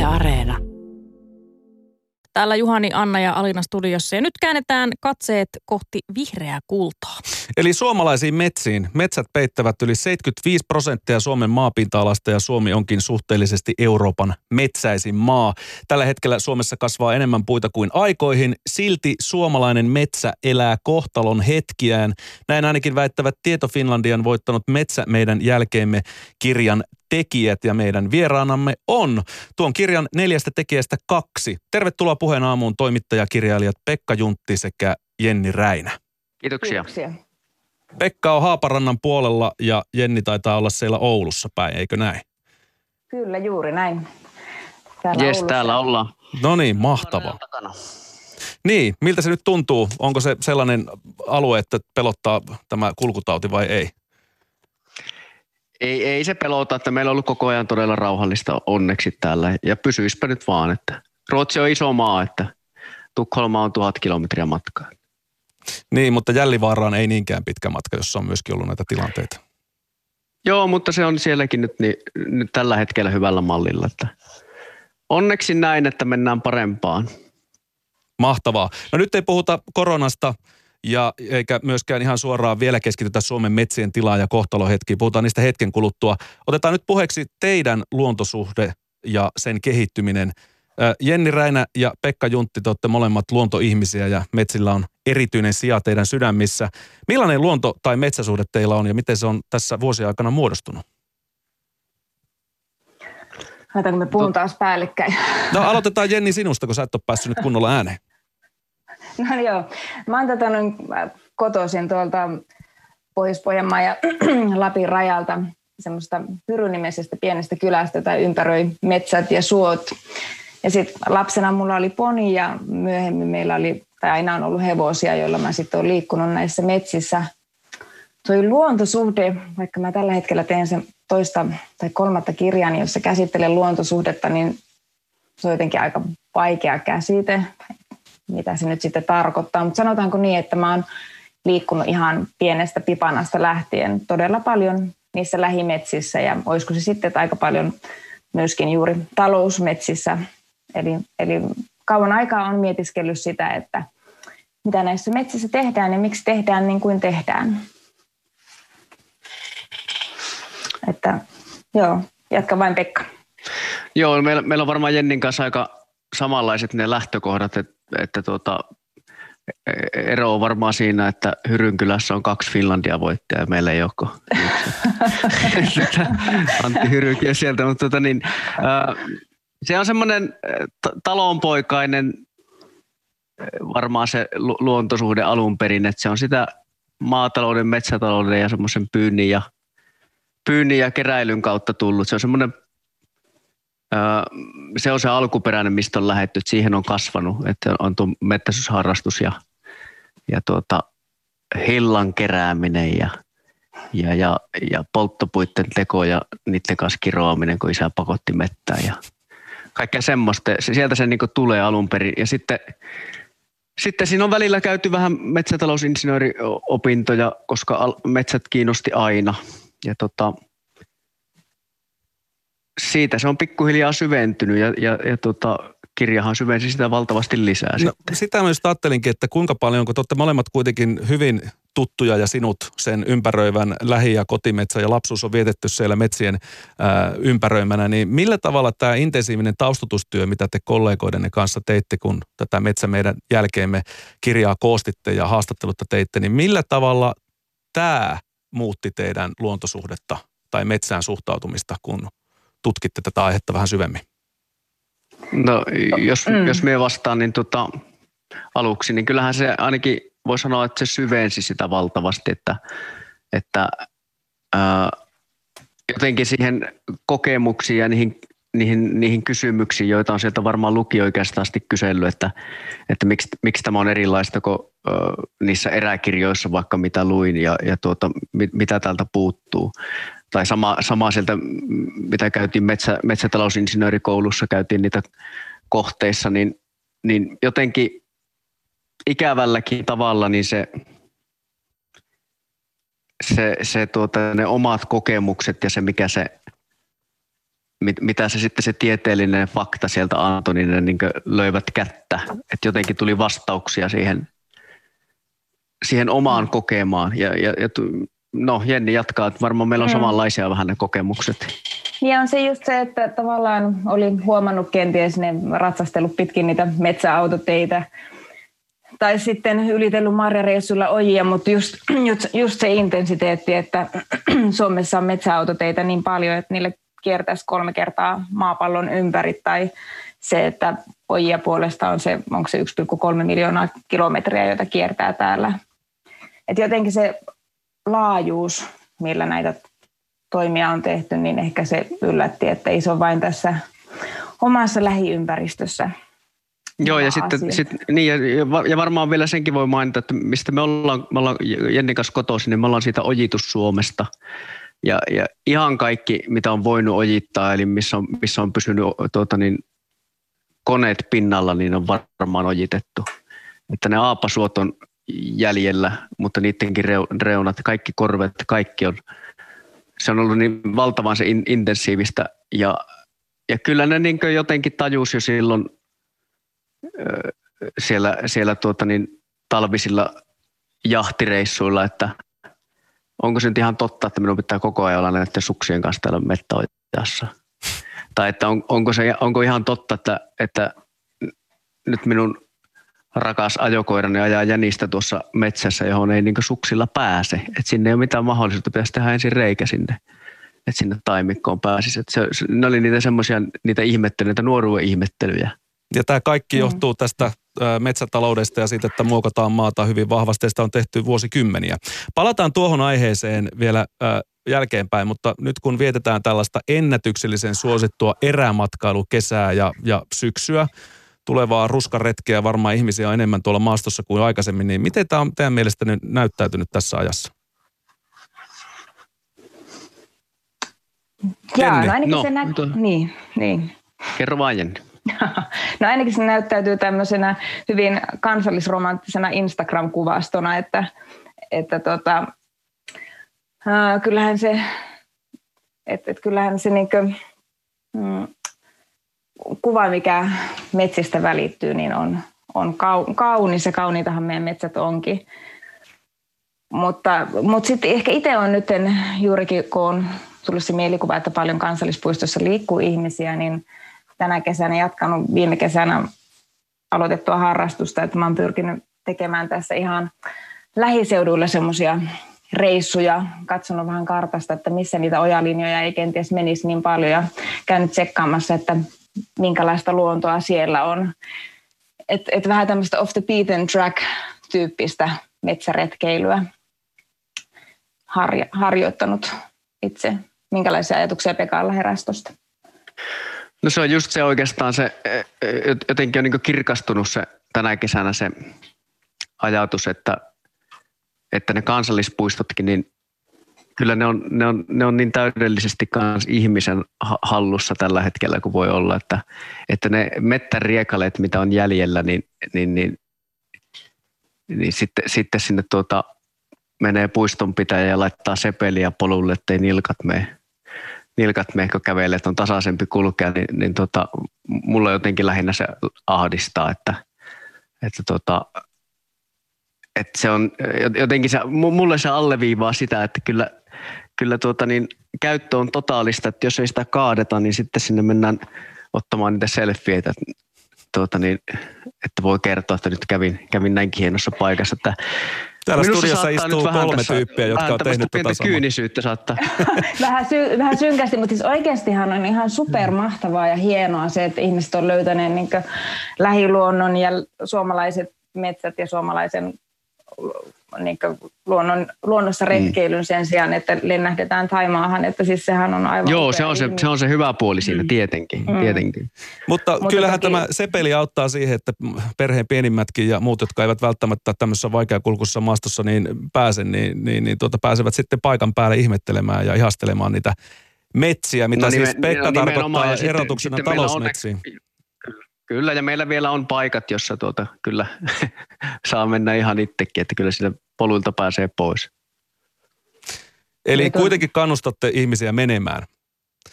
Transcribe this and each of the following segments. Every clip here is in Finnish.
Yle Areena. Täällä Juhani, Anna ja Alina studiossa. Ja nyt käännetään katseet kohti vihreää kultaa. Eli suomalaisiin metsiin. Metsät peittävät yli 75% Suomen maapinta-alasta ja Suomi onkin suhteellisesti Euroopan metsäisin maa. Tällä hetkellä Suomessa kasvaa enemmän puita kuin aikoihin. Silti suomalainen metsä elää kohtalon hetkiään. Näin ainakin väittävät Tieto Finlandian voittanut Metsä meidän jälkeemme -kirjan tekijät, ja meidän vieraanamme on tuon kirjan 4 tekijästä 2. Tervetuloa Puheen aamuun toimittajakirjailijat Pekka Juntti sekä Jenni Räinä. Kiitoksia. Pekka on Haaparannan puolella ja Jenni taitaa olla siellä Oulussa päin, eikö näin? Kyllä, juuri näin. Täällä ollaan. No niin, mahtavaa. Niin, miltä se nyt tuntuu? Onko se sellainen alue, että pelottaa tämä kulkutauti vai ei? Ei se pelota, että meillä on ollut koko ajan todella rauhallista onneksi täällä. Ja pysyispä nyt vaan, että Ruotsi on iso maa, että Tukholma on 1000 kilometriä matkaa. Niin, mutta Jällivaaraan ei niinkään pitkä matka, jossa on myöskin ollut näitä tilanteita. Joo, mutta se on sielläkin nyt tällä hetkellä hyvällä mallilla. Että onneksi näin, että mennään parempaan. Mahtavaa. No nyt ei puhuta koronasta ja eikä myöskään ihan suoraan vielä keskitytä Suomen metsien tilaan ja kohtalohetkiin. Puhutaan niistä hetken kuluttua. Otetaan nyt puheeksi teidän luontosuhde ja sen kehittyminen. Jenni Räinä ja Pekka Juntti, te olette molemmat luontoihmisiä ja metsillä on erityinen sija teidän sydämissä. Millainen luonto- tai metsäsuhde teillä on ja miten se on tässä vuosien aikana muodostunut? Laitaanko me puhun taas päällekkäin? No aloitetaan Jenni sinusta, kun sä et ole päässyt nyt kunnolla ääneen. No joo, mä oon kotoisin tuolta Pohjois-Pohjanmaan ja Lapin rajalta semmoista Hyry-nimisestä pienestä kylästä, jota ympäröi metsät ja suot. Ja sitten lapsena mulla oli poni ja myöhemmin meillä oli, tai aina on ollut hevosia, joilla mä sitten olen liikkunut näissä metsissä. Tuo luontosuhde, vaikka mä tällä hetkellä teen sen 2. tai 3. kirjani, jossa käsittelen luontosuhdetta, niin se on jotenkin aika vaikea käsite, mitä se nyt sitten tarkoittaa. Mutta sanotaanko niin, että mä oon liikkunut ihan pienestä pipanasta lähtien todella paljon niissä lähimetsissä ja olisiko se sitten että aika paljon myöskin juuri talousmetsissä. Eli kauan aikaa on mietiskellyt sitä, että mitä näissä metsissä tehdään ja miksi tehdään niin kuin tehdään. Että joo, jatka vain Pekka. Joo, meillä on varmaan Jennin kanssa aika samanlaiset ne lähtökohdat, että ero on varmaan siinä, että Hyrynkylässä on 2 Finlandia voittajaa, meillä ei ole Antti Hyrykin sieltä, mutta se on semmoinen talonpoikainen varmaan se luontosuhde alun perin, että se on sitä maatalouden, metsätalouden ja semmoisen pyynnin ja keräilyn kautta tullut. Se on semmoinen se on se alkuperäinen, mistä on lähdetty, että siihen on kasvanut, että on tuo metsästysharrastus ja hillan kerääminen ja polttopuitten teko ja niiden kanssa kiroaminen, kun isä pakotti mettään ja kaikkea semmoista. Sieltä se niinku tulee alun perin. Ja sitten siinä on välillä käyty vähän metsätalousinsinööriopintoja, koska metsät kiinnosti aina. Ja siitä se on pikkuhiljaa syventynyt ja kirjahan syvensi sitä valtavasti lisää. No, sitä myös ajattelinkin, että kuinka paljon, kun te olette molemmat kuitenkin hyvin tuttuja ja sinut sen ympäröivän lähi- ja kotimetsä ja lapsuus on vietetty siellä metsien ympäröimänä, niin millä tavalla tämä intensiivinen taustutustyö, mitä te kollegoidenne kanssa teitte, kun tätä Metsä meidän jälkeemme -kirjaa koostitte ja haastattelutta teitte, niin millä tavalla tämä muutti teidän luontosuhdetta tai metsään suhtautumista, kun tutkitte tätä aihetta vähän syvemmin? No, jos me vastaan, niin aluksi, niin kyllähän se ainakin voi sanoa, että se syvensi sitä valtavasti, että jotenkin siihen kokemuksiin ja niihin kysymyksiin, joita on sieltä varmaan lukijoikeasta asti kysellyt, että miksi tämä on erilaista kuin niissä eräkirjoissa vaikka mitä luin ja mitä täältä puuttuu. Tai sama sieltä, mitä käytiin metsätalousinsinöörikoulussa, käytiin niitä kohteissa, niin jotenkin ikävälläkin tavalla niin ne omat kokemukset ja se mitä se sitten se tieteellinen fakta sieltä antoi, niin ne niin löivät kättä. Että jotenkin tuli vastauksia siihen omaan kokemaan. No Jenni jatkaa, että varmaan meillä on samanlaisia vähän ne kokemukset. Ja on se just se, että tavallaan oli huomannut kenties ne ratsastellut pitkin niitä metsäautoteitä tai sitten ylitellyt marjareissulla ojia, mutta just se intensiteetti, että Suomessa on metsäautoteitä niin paljon, että niille kiertäisi 3 kertaa maapallon ympäri, tai se, että ojia puolesta on se, onko se 1,3 miljoonaa kilometriä, joita kiertää täällä. Et jotenkin se laajuus, millä näitä toimia on tehty, niin ehkä se yllätti, että ei se ole vain tässä omassa lähiympäristössä. Joo, ja sitten niin, ja varmaan vielä senkin voi mainita, että mistä me ollaan Jennin kanssa kotoisin, niin me ollaan siitä Ojitus-Suomesta. Ja ihan kaikki, mitä on voinut ojittaa, eli missä on pysynyt koneet pinnalla, niin on varmaan ojitettu. Että ne aapasuot on jäljellä, mutta niidenkin reunat, kaikki korvet, kaikki on. Se on ollut niin valtavan se intensiivistä. Ja kyllä ne niin jotenkin tajusi jo silloin siellä talvisilla jahtireissuilla, että onko se nyt ihan totta, että minun pitää koko ajan olla näiden suksien kanssa täällä mettäojassa. Tai että onko ihan totta, että nyt minun rakas ajokoirani ajaa jänistä tuossa metsässä, johon ei niin suksilla pääse. Että sinne ei ole mitään mahdollisuutta, pitäisi tehdä ensin reikä sinne, että sinne taimikkoon pääsisi. Ne oli niitä ihmettelyjä, niitä nuoruuden ihmettelyjä. Ja tämä kaikki johtuu tästä metsätaloudesta ja siitä, että muokataan maata hyvin vahvasti, ja sitä on tehty vuosikymmeniä. Palataan tuohon aiheeseen vielä jälkeenpäin, mutta nyt kun vietetään tällaista ennätyksellisen suosittua erämatkailukesää ja syksyä, tulevaa ruskaretkeä, varmaan ihmisiä on enemmän tuolla maastossa kuin aikaisemmin, niin miten tämä on teidän mielestä nyt näyttäytynyt tässä ajassa? Jaa, no ainakin se niin. Kerro vaan, Jenni. No ainakin se näyttäytyy tämmöisenä hyvin kansallisromanttisena Instagram-kuvastona, että kyllähän se niinkö, kuva, mikä metsistä välittyy, niin on kaunis, ja kauniitahan meidän metsät onkin. Mutta sitten ehkä itse on nyt juurikin, kun on tullut se mielikuva, että paljon kansallispuistossa liikkuu ihmisiä, niin tänä kesänä jatkanut viime kesänä aloitettua harrastusta, että mä oon pyrkinyt tekemään tässä ihan lähiseuduilla semmoisia reissuja, katsonut vähän kartasta, että missä niitä ojalinjoja ei kenties menisi niin paljon, ja käynyt tsekkaamassa, että minkälaista luontoa siellä on. Et vähän tämmöistä off the beaten track-tyyppistä metsäretkeilyä harjoittanut itse. Minkälaisia ajatuksia Pekalla heräsi tuosta? No se on just se oikeastaan se, jotenkin on niin kirkastunut se tänä kesänä se ajatus, että ne kansallispuistotkin, niin kyllä ne on niin täydellisesti kans ihmisen hallussa tällä hetkellä kuin voi olla, että ne mettäriekaleet, mitä on jäljellä, niin sitten sinne menee puistonpitäjä ja laittaa sepeliä polulle, ettei nilkat mene, kun kävelee, että on tasaisempi kulkea, niin mulla jotenkin lähinnä se ahdistaa, että se on jotenkin mulle se alleviivaa sitä, että kyllä käyttö on totaalista, että jos ei sitä kaadeta, niin sitten sinne mennään ottamaan niitä selfieitä, että voi kertoa, että nyt kävin näinkin hienossa paikassa, että täällä studiossa istuu 3 tyyppiä, jotka on tehnyt tätä samaa. Kyynisyyttä saattaa. Vähän synkästi, mutta siis oikeastihan on ihan supermahtavaa ja hienoa se, että ihmiset on löytäneet niin lähiluonnon ja suomalaiset metsät ja suomalaisen niin luonnossa retkeilyn sen sijaan, että lennähdetään Taimaahan, että siis sehän on aivan... Joo, se on se hyvä puoli siinä, tietenkin. Mutta kyllähän tämä sepeli auttaa siihen, että perheen pienimmätkin ja muut, jotka eivät välttämättä tämmöisessä vaikeakulkuisessa maastossa pääse, pääsevät sitten paikan päälle ihmettelemään ja ihastelemaan niitä metsiä, mitä siis Pekka tarkoittaa erotuksena talousmetsiin. Kyllä, ja meillä vielä on paikat, jossa kyllä saa mennä ihan itsekin, että kyllä sillä poluilta pääsee pois. Eli kuitenkin kannustatte ihmisiä menemään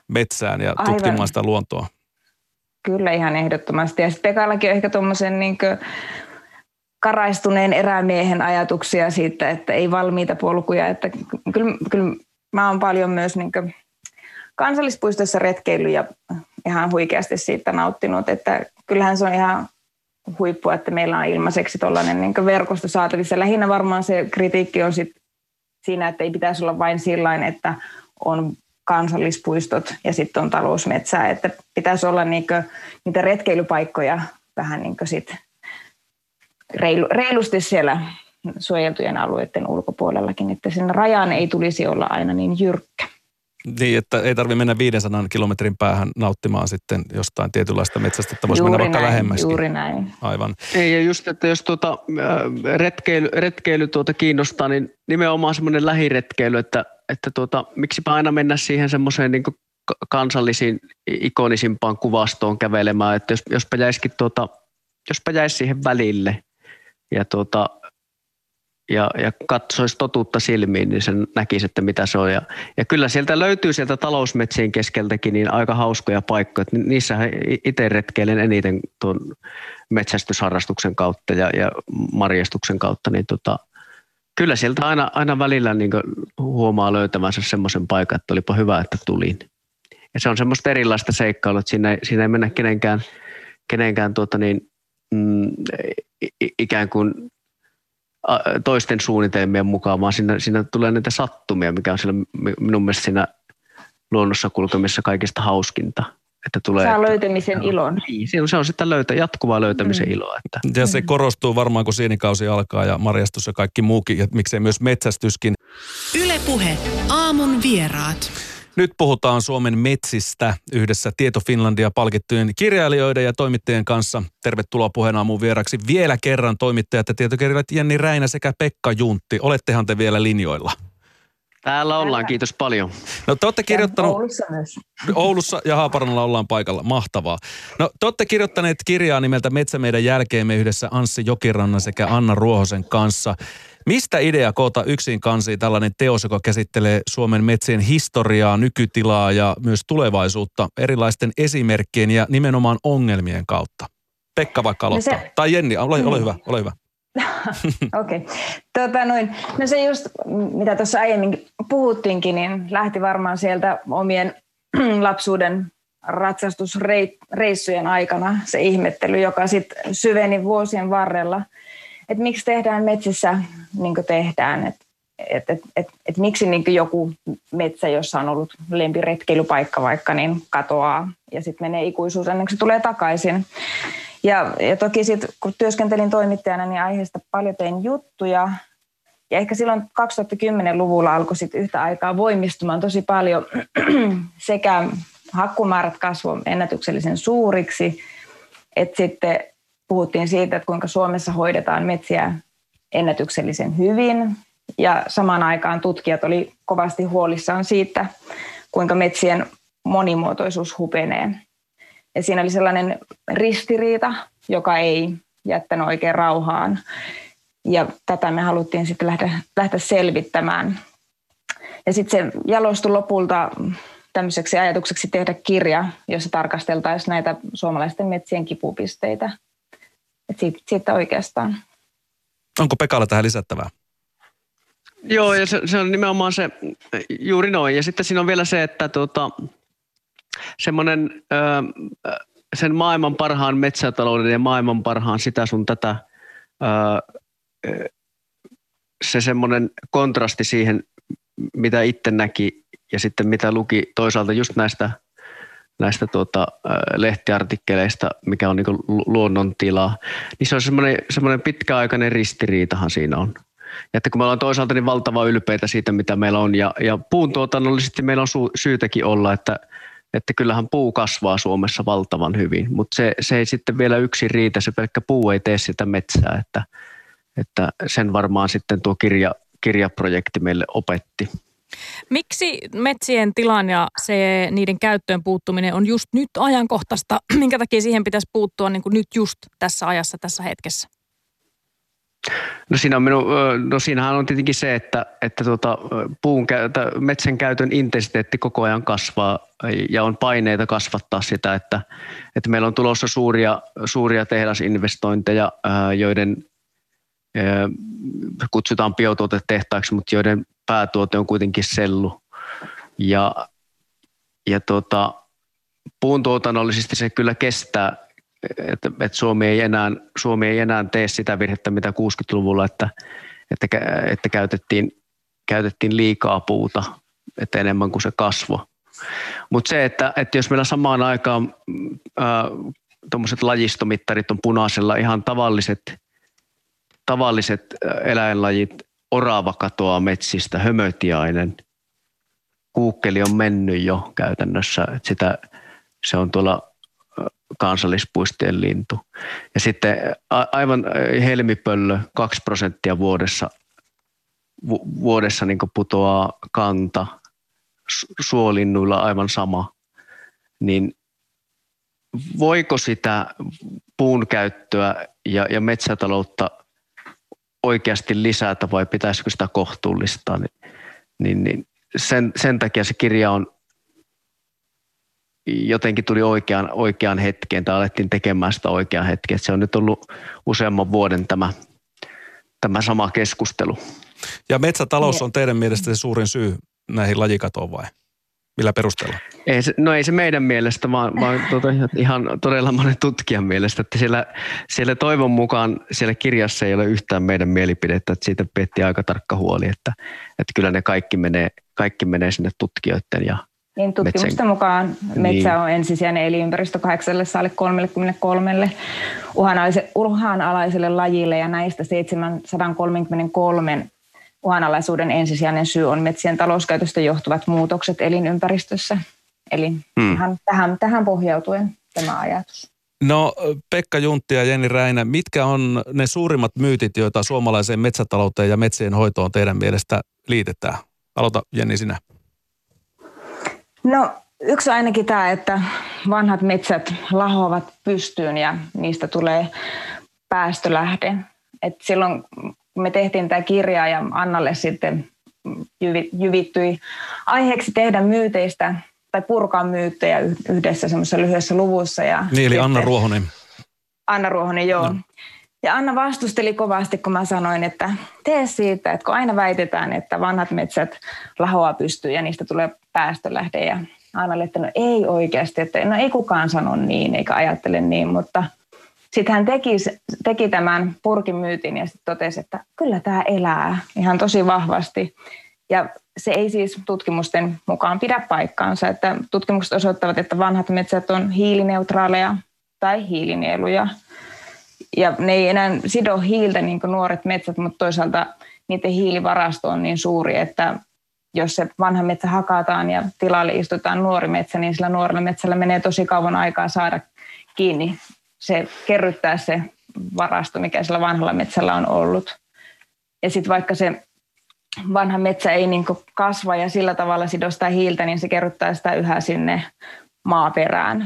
metsään ja tutkimaan sitä luontoa. Kyllä ihan ehdottomasti. Ja sitten Pekallakin on ehkä tuommoisen karaistuneen erämiehen ajatuksia siitä, että ei valmiita polkuja. Että kyllä mä oon paljon myös kansallispuistossa retkeillyt ja ihan huikeasti siitä nauttinut. Että kyllähän se on ihan huippua, että meillä on ilmaiseksi tuollainen verkosto saatavissa. Lähinnä varmaan se kritiikki on sit siinä, että ei pitäisi olla vain sillain, että on kansallispuistot ja sitten on talousmetsää, että pitäisi olla niitä retkeilypaikkoja vähän sit reilusti siellä suojeltujen alueiden ulkopuolellakin, että sen rajan ei tulisi olla aina niin jyrkkä. Niin, että ei tarvitse mennä 500 kilometrin päähän nauttimaan sitten jostain tietynlaista metsästä, että voisi mennä vaikka lähemmäskin. Juuri näin. Aivan. Ei, ja just, että jos retkeily kiinnostaa, niin nimenomaan semmoinen lähiretkeily, että miksipä aina mennä siihen semmoiseen niin kansallisiin ikonisimpaan kuvastoon kävelemään, että jospa jäisi siihen välille ja katsoisi totuutta silmiin, niin sen näkisi, että mitä se on. Ja kyllä sieltä löytyy sieltä talousmetsien keskeltäkin niin aika hauskoja paikkoja. Niissähän itse retkeilen eniten tuon metsästysharrastuksen kautta ja marjastuksen kautta. Niin kyllä sieltä aina välillä niin huomaa löytävänsä semmoisen paikan, että olipa hyvä, että tulin. Ja se on semmoista erilaista seikkailua, että siinä ei mennä kenenkään ikään kuin toisten suunnitelmien mukaan, vaan siinä tulee näitä sattumia, mikä on siellä, minun mielestä siinä luonnossa kulkemisessa kaikista hauskinta. Että tulee, saa löytämisen ilon. Niin, se on sitä jatkuvaa löytämisen iloa. Että. Ja se korostuu varmaan, kun siinikausi alkaa ja marjastus ja kaikki muukin, ja miksei myös metsästyskin. Yle Puhe, aamun vieraat. Nyt puhutaan Suomen metsistä yhdessä Tieto Finlandia palkittujen kirjailijoiden ja toimittajien kanssa. Tervetuloa Puheen aamun vieraksi vielä kerran toimittajat ja tietokirjailijat Jenni Räinä sekä Pekka Juntti. Olettehan te vielä linjoilla? Täällä ollaan, kiitos paljon. No te olette kirjoittanut... Oulussa myös. Oulussa ja Haaparannalla ollaan paikalla. Mahtavaa. No te olette kirjoittaneet kirjaa nimeltä Metsä meidän jälkeemme yhdessä Anssi Jokirannan sekä Anna Ruohosen kanssa. Mistä idea koota yksin kansiin tällainen teos, joka käsittelee Suomen metsien historiaa, nykytilaa ja myös tulevaisuutta erilaisten esimerkkien ja nimenomaan ongelmien kautta? Pekka vaikka aloittaa. Tai Jenni, ole hyvä. Okei. No se just, mitä tuossa aiemmin puhuttiinkin, niin lähti varmaan sieltä omien lapsuuden ratsastusreissujen aikana se ihmettely, joka sitten syveni vuosien varrella. Että miksi tehdään metsissä niin kuin tehdään, että miksi niin joku metsä, jossa on ollut lempiretkeilypaikka vaikka, niin katoaa ja sitten menee ikuisuus ennen kuin se tulee takaisin. Ja toki sitten kun työskentelin toimittajana, niin aiheesta paljon tein juttuja. Ja ehkä silloin 2010-luvulla alkoi sitten yhtä aikaa voimistumaan tosi paljon sekä hakkumäärät kasvoivat ennätyksellisen suuriksi, että sitten puhuttiin siitä, että kuinka Suomessa hoidetaan metsiä ennätyksellisen hyvin. Ja samaan aikaan tutkijat oli kovasti huolissaan siitä, kuinka metsien monimuotoisuus hupenee. Ja siinä oli sellainen ristiriita, joka ei jättänyt oikein rauhaan. Ja tätä me haluttiin sitten lähteä selvittämään. Ja sitten se jalostui lopulta tämmöiseksi ajatukseksi tehdä kirja, jossa tarkasteltaisiin näitä suomalaisten metsien kipupisteitä. Siitä oikeastaan. Onko Pekalla tähän lisättävää? Joo, ja se on nimenomaan se, juuri noin. Ja sitten siinä on vielä se, että semmoinen sen maailman parhaan metsätalouden ja maailman parhaan sitä sun tätä, se semmoinen kontrasti siihen, mitä itse näki ja sitten mitä luki toisaalta just näistä lehtiartikkeleista, mikä on niinku luonnontila, niin se on semmoinen pitkäaikainen ristiriitahan siinä on. Ja että kun me ollaan toisaalta niin valtavan ylpeitä siitä, mitä meillä on, ja puuntuotannollisesti meillä on syytäkin olla, että kyllähän puu kasvaa Suomessa valtavan hyvin, mutta se ei sitten vielä yksin riitä, se pelkkä puu ei tee sitä metsää, että sen varmaan sitten tuo kirjaprojekti meille opetti. Miksi metsien tilan ja niiden käyttöön puuttuminen on just nyt ajankohtaista? Minkä takia siihen pitäisi puuttua niin kuin nyt just tässä ajassa, tässä hetkessä? No, siinähän on tietenkin se, että metsän käytön intensiteetti koko ajan kasvaa ja on paineita kasvattaa sitä, että meillä on tulossa suuria tehdasinvestointeja, joiden kutsutaan biotuotetehtaiksi, mutta joiden päätuote on kuitenkin sellu. Ja puun tuotannollisesti se kyllä kestää, että Suomi ei enää tee sitä virhettä, mitä 60-luvulla, että käytettiin liikaa puuta, että enemmän kuin se kasvo. Mutta se, että jos meillä samaan aikaan tuommoiset lajistomittarit on punaisella, ihan tavalliset eläinlajit, orava katoaa metsistä, hömötiainen, kuukkeli on mennyt jo käytännössä, että se on tuolla kansallispuistojen lintu. Ja sitten aivan helmipöllö 2% vuodessa niin kuin putoaa kanta, suolinnuilla aivan sama, niin voiko sitä puun käyttöä ja metsätaloutta oikeasti lisätä vai pitäisikö sitä kohtuullistaa, niin sen takia se kirja on jotenkin tuli oikeaan hetkeen tai alettiin tekemään sitä oikeaan hetkeen. Se on nyt ollut useamman vuoden tämä sama keskustelu. Ja metsätalous on teidän mielestä se suurin syy näihin lajikatoon vai? Millä perusteella? Ei se meidän mielestä, vaan ihan todella monen tutkijan mielestä. Että siellä toivon mukaan siellä kirjassa ei ole yhtään meidän mielipidettä, että siitä pidettiin aika tarkka huoli, että kyllä ne kaikki menee sinne tutkijoiden ja niin tutkimusten mukaan metsä on ensisijainen elinympäristö 833 uhanalaiselle lajille ja näistä 733 uhanalaisuuden ensisijainen syy on metsien talouskäytöstä johtuvat muutokset elinympäristössä. Eli tähän pohjautuen tämä ajatus. No Pekka Juntti ja Jenni Räinä, mitkä on ne suurimmat myytit, joita suomalaiseen metsätalouteen ja metsien hoitoon teidän mielestä liitetään? Aloita Jenni sinä. No yksi ainakin tämä, että vanhat metsät lahoavat pystyyn ja niistä tulee päästölähde. Et silloin kun me tehtiin tämä kirja ja Annalle sitten jyvittyi aiheeksi tehdä myyteistä tai purkaa myyttejä yhdessä semmoisessa lyhyessä luvussa. Niin eli Anna Ruohonen. Anna Ruohonen, joo. No. Ja Anna vastusteli kovasti, kun mä sanoin, että tee siitä, että kun aina väitetään, että vanhat metsät lahoaa pystyyn ja niistä tulee päästölähde. Ja Annalle, että no ei oikeasti, että no ei kukaan sano niin eikä ajattele niin, mutta sitten hän teki tämän purkimyytin ja sitten totesi, että kyllä tämä elää ihan tosi vahvasti. Ja se ei siis tutkimusten mukaan pidä paikkaansa, että tutkimukset osoittavat, että vanhat metsät on hiilineutraaleja tai hiilinieluja. Ja ne ei enää sido hiiltä niin kuin nuoret metsät, mutta toisaalta niiden hiilivarasto on niin suuri, että jos se vanha metsä hakataan ja tilalle istutaan nuori metsä, niin sillä nuorella metsällä menee tosi kauan aikaa saada kiinni. Se kerryttää se varasto, mikä sillä vanhalla metsällä on ollut. Ja sitten vaikka se vanha metsä ei niin kuin kasva ja sillä tavalla sidostaa hiiltä, niin se kerryttää sitä yhä sinne maaperään.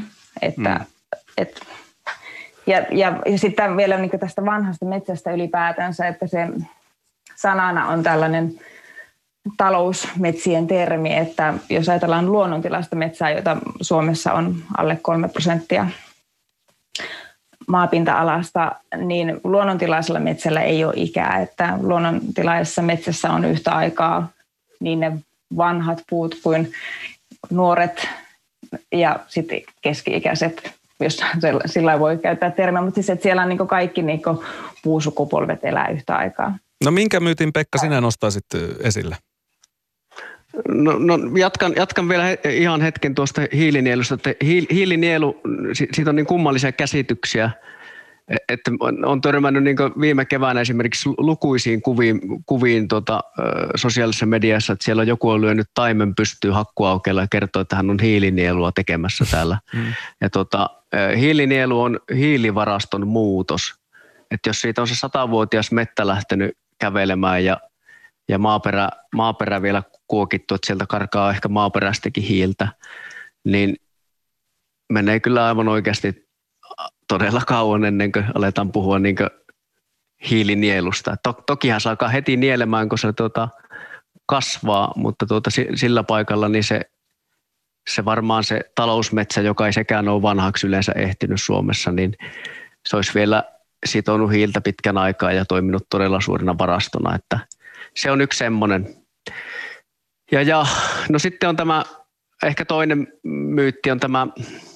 Ja sitten vielä niin tästä vanhasta metsästä ylipäätänsä, että se sanana on tällainen talousmetsien termi, että jos ajatellaan luonnontilaista metsää, jota Suomessa on alle 3% maapinta-alasta, niin luonnontilaisella metsällä ei ole ikää, että luonnontilaisessa metsässä on yhtä aikaa niin ne vanhat puut kuin nuoret ja sitten keski-ikäiset, jos sillä voi käyttää termiä, mutta siis että siellä on niin kaikki niin puusukupolvet elää yhtä aikaa. No minkä myytin Pekka sinä nostaisit esille? No jatkan vielä ihan hetken tuosta hiilinielusta. Hiilinielu, siitä on niin kummallisia käsityksiä, että on törmännyt niin viime keväänä esimerkiksi lukuisiin kuviin sosiaalisessa mediassa, että siellä on joku lyönyt taimen pystyyn hakkuaukeella ja kertoo, että hän on hiilinielua tekemässä täällä. Ja hiilinielu on hiilivaraston muutos. Että jos siitä on se 100-vuotias mettä lähtenyt kävelemään ja maaperä vielä kuokittu, että sieltä karkaa ehkä maaperästäkin hiiltä, niin menee kyllä aivan oikeasti todella kauan ennen kuin aletaan puhua niin kuin hiilinielusta. Tokihan se alkaa heti nielemään, kun se kasvaa, mutta sillä paikalla niin se varmaan se talousmetsä, joka ei sekään ole vanhaksi yleensä ehtinyt Suomessa, niin se olisi vielä sitonut hiiltä pitkän aikaa ja toiminut todella suurena varastona, että se on yksi semmoinen. Ja no sitten on tämä, ehkä toinen myytti on tämä,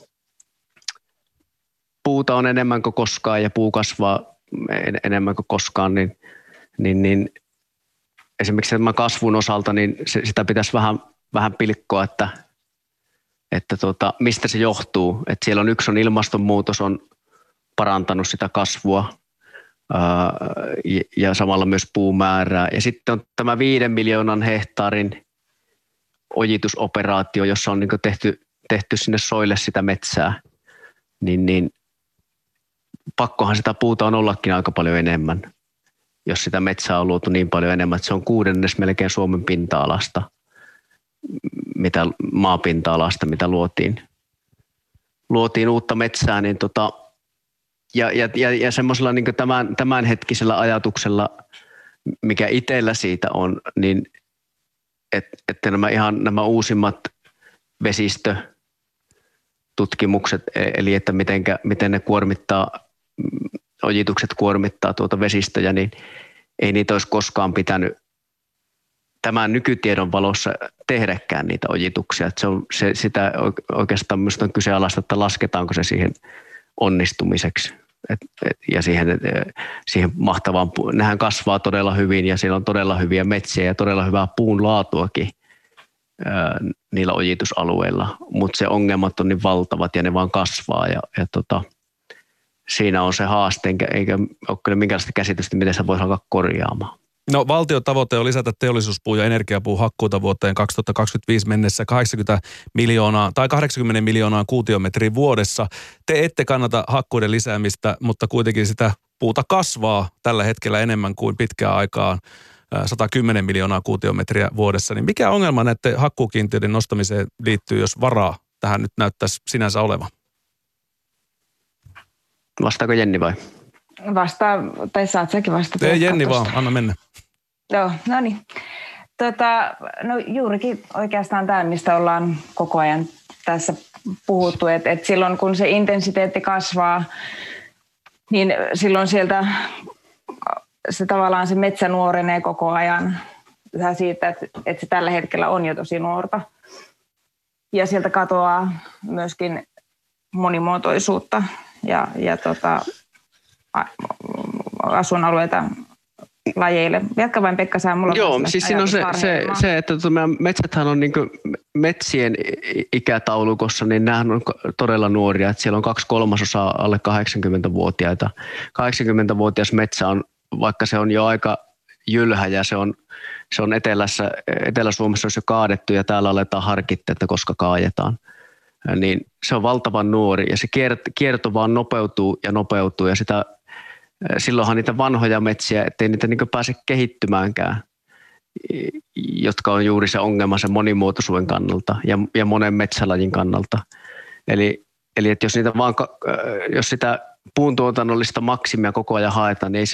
puuta on enemmän kuin koskaan ja puu kasvaa enemmän kuin koskaan, niin esimerkiksi tämän kasvun osalta, niin sitä pitäisi vähän pilkkoa, että mistä se johtuu. Että siellä on yksi on ilmastonmuutos on parantanut sitä kasvua ja samalla myös puumäärää. Ja sitten on tämä 5 miljoonan hehtaarin ojitusoperaatio, jossa on niin kuin tehty sinne soille sitä metsää, niin pakkohan sitä puuta on ollakin aika paljon enemmän, jos sitä metsää on luotu niin paljon enemmän, että se on 1/6 melkein Suomen pinta-alasta, maapinta-alasta, mitä luotiin uutta metsää, niin ja semmoisella niin tämänhetkisellä ajatuksella, mikä itsellä siitä on, niin että nämä uusimmat vesistötutkimukset, eli että miten ne ojitukset kuormittaa tuota vesistöjä, niin ei niitä olisi koskaan pitänyt tämän nykytiedon valossa tehdäkään niitä ojituksia. Että sitä oikeastaan minusta on kyseenalaista, että lasketaanko se siihen onnistumiseksi. Ja siihen mahtavaan, nehän kasvaa todella hyvin ja siellä on todella hyviä metsiä ja todella hyvää puun laatuakin niillä ojitusalueilla, mutta se ongelmat on niin valtavat ja ne vaan kasvaa ja siinä on se haaste, eikä ole kyllä minkäänlaista käsitystä, miten se voisi alkaa korjaamaan. No valtion tavoite on lisätä teollisuuspuu- ja energiapuun hakkuuta vuoteen 2025 mennessä 80 miljoonaa kuutiometriä vuodessa. Te ette kannata hakkuiden lisäämistä, mutta kuitenkin sitä puuta kasvaa tällä hetkellä enemmän kuin pitkään aikaan 110 miljoonaa kuutiometriä vuodessa. Niin mikä ongelma näiden hakkuukiintiöiden nostamiseen liittyy, jos varaa tähän nyt näyttäisi sinänsä olevan? Vastaako Jenni vai? Vastaa, tai saat säkin vastata. Ei Jenni vaan, anna mennä. Joo, no niin. No juurikin oikeastaan tämä, mistä ollaan koko ajan tässä puhuttu, että silloin kun se intensiteetti kasvaa, niin silloin sieltä se tavallaan se metsä nuorenee koko ajan yhä siitä, että se tällä hetkellä on jo tosi nuorta. Ja sieltä katoaa myöskin monimuotoisuutta ja asuinalueita lajeille. Jatka vain Pekka, sä mulla. Joo, siis siinä on se että meidän metsäthän on niin kuin metsien ikätaulukossa, niin nämähän on todella nuoria, että siellä on 2/3 alle 80-vuotiaita. 80-vuotias metsä on, vaikka se on jo aika jylhä ja se on Etelä-Suomessa olisi jo kaadettu ja täällä aletaan harkittaa, että koska kaadetaan. Niin se on valtavan nuori ja se kierto vaan nopeutuu ja silloinhan niitä vanhoja metsiä, ettei niitä niin pääse kehittymäänkään, jotka on juuri se ongelma sen monimuotoisuuden kannalta ja monen metsälajin kannalta. Eli että jos sitä puuntuotannollista maksimia koko ajan haetaan, niin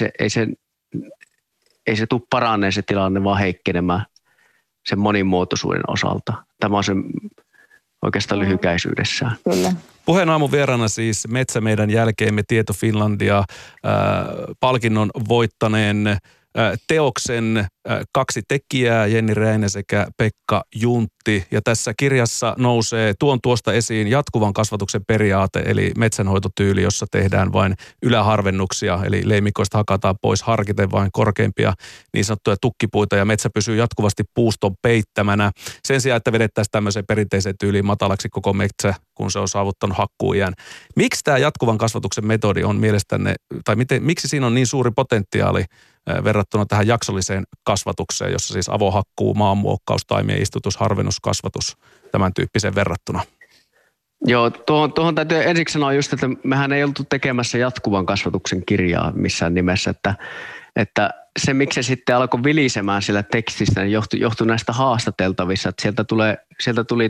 ei se tule paranee se tilanne, vaan heikkenemään sen monimuotoisuuden osalta. Tämä on se oikeastaan lyhykäisyydessään. Kyllä. Puheen aamun vieraana siis Metsä meidän jälkeemme Tieto Finlandia palkinnon voittaneen teoksen kaksi tekijää, Jenni Räinä sekä Pekka Juntti. Ja tässä kirjassa nousee tuosta esiin jatkuvan kasvatuksen periaate, eli metsänhoitotyyli, jossa tehdään vain yläharvennuksia, eli leimikoista hakataan pois harkiten vain korkeimpia niin sanottuja tukkipuita, ja metsä pysyy jatkuvasti puuston peittämänä. Sen sijaan, että vedettäisiin tämmöiseen perinteiseen tyyliin matalaksi koko metsä, kun se on saavuttanut hakkuuiän. Miksi tämä jatkuvan kasvatuksen metodi on mielestänne, tai miksi siinä on niin suuri potentiaali verrattuna tähän jaksolliseen kasvatukseen, jossa siis avohakkuu, maanmuokkaus, taimien istutus, harvennus, kasvatus, tämän tyyppiseen verrattuna? Joo, tuohon täytyy ensiksi sanoa just, että mehän ei oltu tekemässä jatkuvan kasvatuksen kirjaa missään nimessä, että se miksi se sitten alkoi vilisemään sillä tekstistä, niin johtui näistä haastateltavissa, että sieltä tuli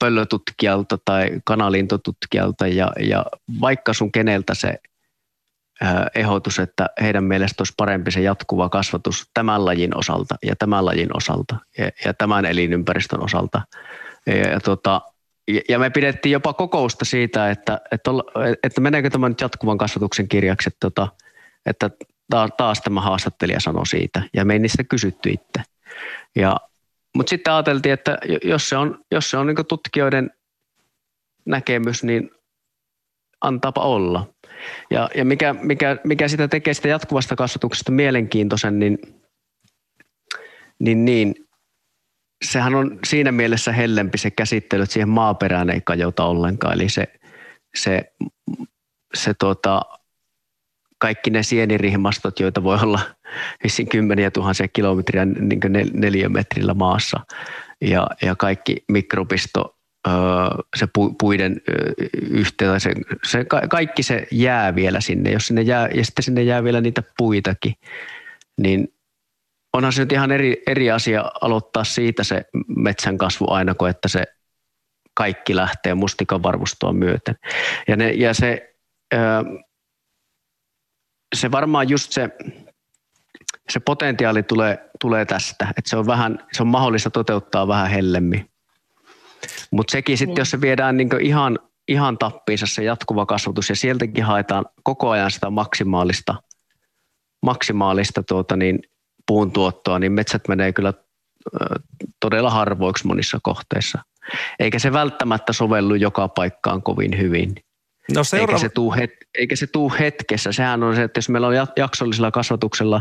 pöllötutkijalta tai kanalintotutkijalta ja vaikka sun keneltä se ehdotus, että heidän mielestä olisi parempi se jatkuva kasvatus tämän lajin osalta ja tämän lajin osalta ja tämän elinympäristön osalta. Ja me pidettiin jopa kokousta siitä, että meneekö tämä nyt jatkuvan kasvatuksen kirjaksi, että taas tämä haastattelija sanoi siitä ja me ei niistä kysytty itse. Mutta sitten ajateltiin, että jos se on niin tutkijoiden näkemys, niin antaapa olla. Ja mikä sitä tekee sitä jatkuvasta kasvatuksesta mielenkiintoisen, niin sehän on siinä mielessä hellempi se käsittely, että siihen maaperään ei kajota ollenkaan. Eli kaikki ne sienirihmastot, joita voi olla kymmeniä tuhansia kilometriä niin neliömetrillä maassa ja kaikki mikrobisto, se puiden yhteyttä, kaikki se jää vielä sinne. Jos sinne jää, ja sitten sinne jää vielä niitä puitakin, niin onhan se nyt ihan eri asia aloittaa siitä se metsän kasvu aina, kun että se kaikki lähtee mustikan varvustoa myöten. Se varmaan just se potentiaali tulee tästä, että se on mahdollista toteuttaa vähän hellemmin. Mutta sekin sitten, jos se viedään niin ihan tappiinsa se jatkuva kasvatus ja sieltäkin haetaan koko ajan sitä maksimaalista puun tuottoa, niin metsät menee kyllä todella harvoiksi monissa kohteissa. Eikä se välttämättä sovellu joka paikkaan kovin hyvin. No eikä se tuu hetkessä. Sehän on se, että jos meillä on jaksollisella kasvatuksella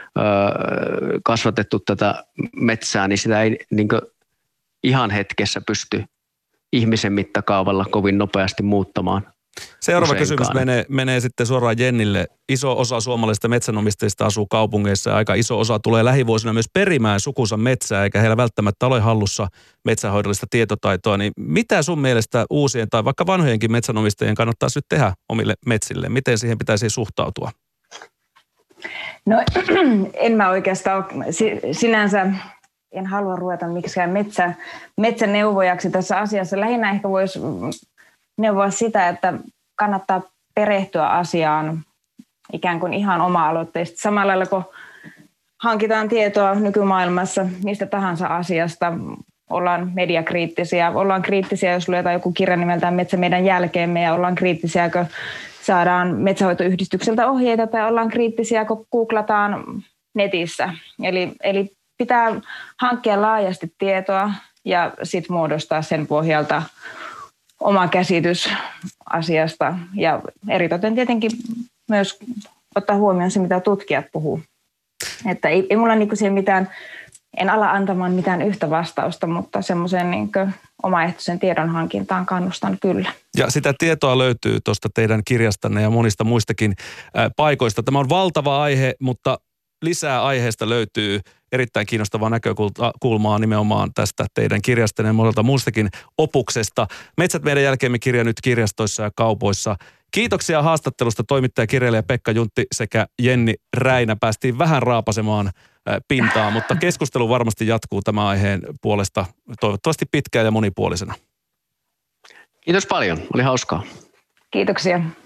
kasvatettu tätä metsää, niin sitä ei niin ihan hetkessä pysty ihmisen mittakaavalla kovin nopeasti muuttamaan. Seuraava kysymys menee sitten suoraan Jennille. Iso osa suomalaisista metsänomistajista asuu kaupungeissa ja aika iso osa tulee lähivuosina myös perimään sukunsa metsää, eikä heillä välttämättä ole hallussa metsänhoidollista tietotaitoa. Niin mitä sun mielestä uusien tai vaikka vanhojenkin metsänomistajien kannattaisi nyt tehdä omille metsille? Miten siihen pitäisi suhtautua? No en mä oikeastaan sinänsä en halua ruveta miksikään metsäneuvojaksi tässä asiassa. Lähinnä ehkä voisi neuvoa sitä, että kannattaa perehtyä asiaan ikään kuin ihan oma-aloitteisesti. Samalla lailla kun hankitaan tietoa nykymaailmassa mistä tahansa asiasta, ollaan mediakriittisiä. Ollaan kriittisiä, jos luetaan joku kirja nimeltään Metsä meidän jälkeemme, ja ollaan kriittisiä, kun saadaan metsänhoitoyhdistykseltä ohjeita, tai ollaan kriittisiä, kun googlataan netissä. Eli pitää hankkia laajasti tietoa ja sitten muodostaa sen pohjalta oma käsitys asiasta. Ja eritoten tietenkin myös ottaa huomioon se, mitä tutkijat puhuu. Että ei mulla niinku siihen mitään, en ala antamaan mitään yhtä vastausta, mutta semmoisen niinku omaehtoisen tiedon hankintaan kannustan kyllä. Ja sitä tietoa löytyy tuosta teidän kirjastanne ja monista muistakin paikoista. Tämä on valtava aihe, mutta lisää aiheesta löytyy erittäin kiinnostavaa näkökulmaa nimenomaan tästä teidän kirjastanne ja monelta muustakin opuksesta. Metsät meidän jälkeemme -kirja nyt kirjastoissa ja kaupoissa. Kiitoksia haastattelusta toimittaja, kirjailija Pekka Juntti sekä Jenni Räinä. Päästiin vähän raapasemaan pintaa, mutta keskustelu varmasti jatkuu tämän aiheen puolesta toivottavasti pitkään ja monipuolisena. Kiitos paljon, oli hauskaa. Kiitoksia.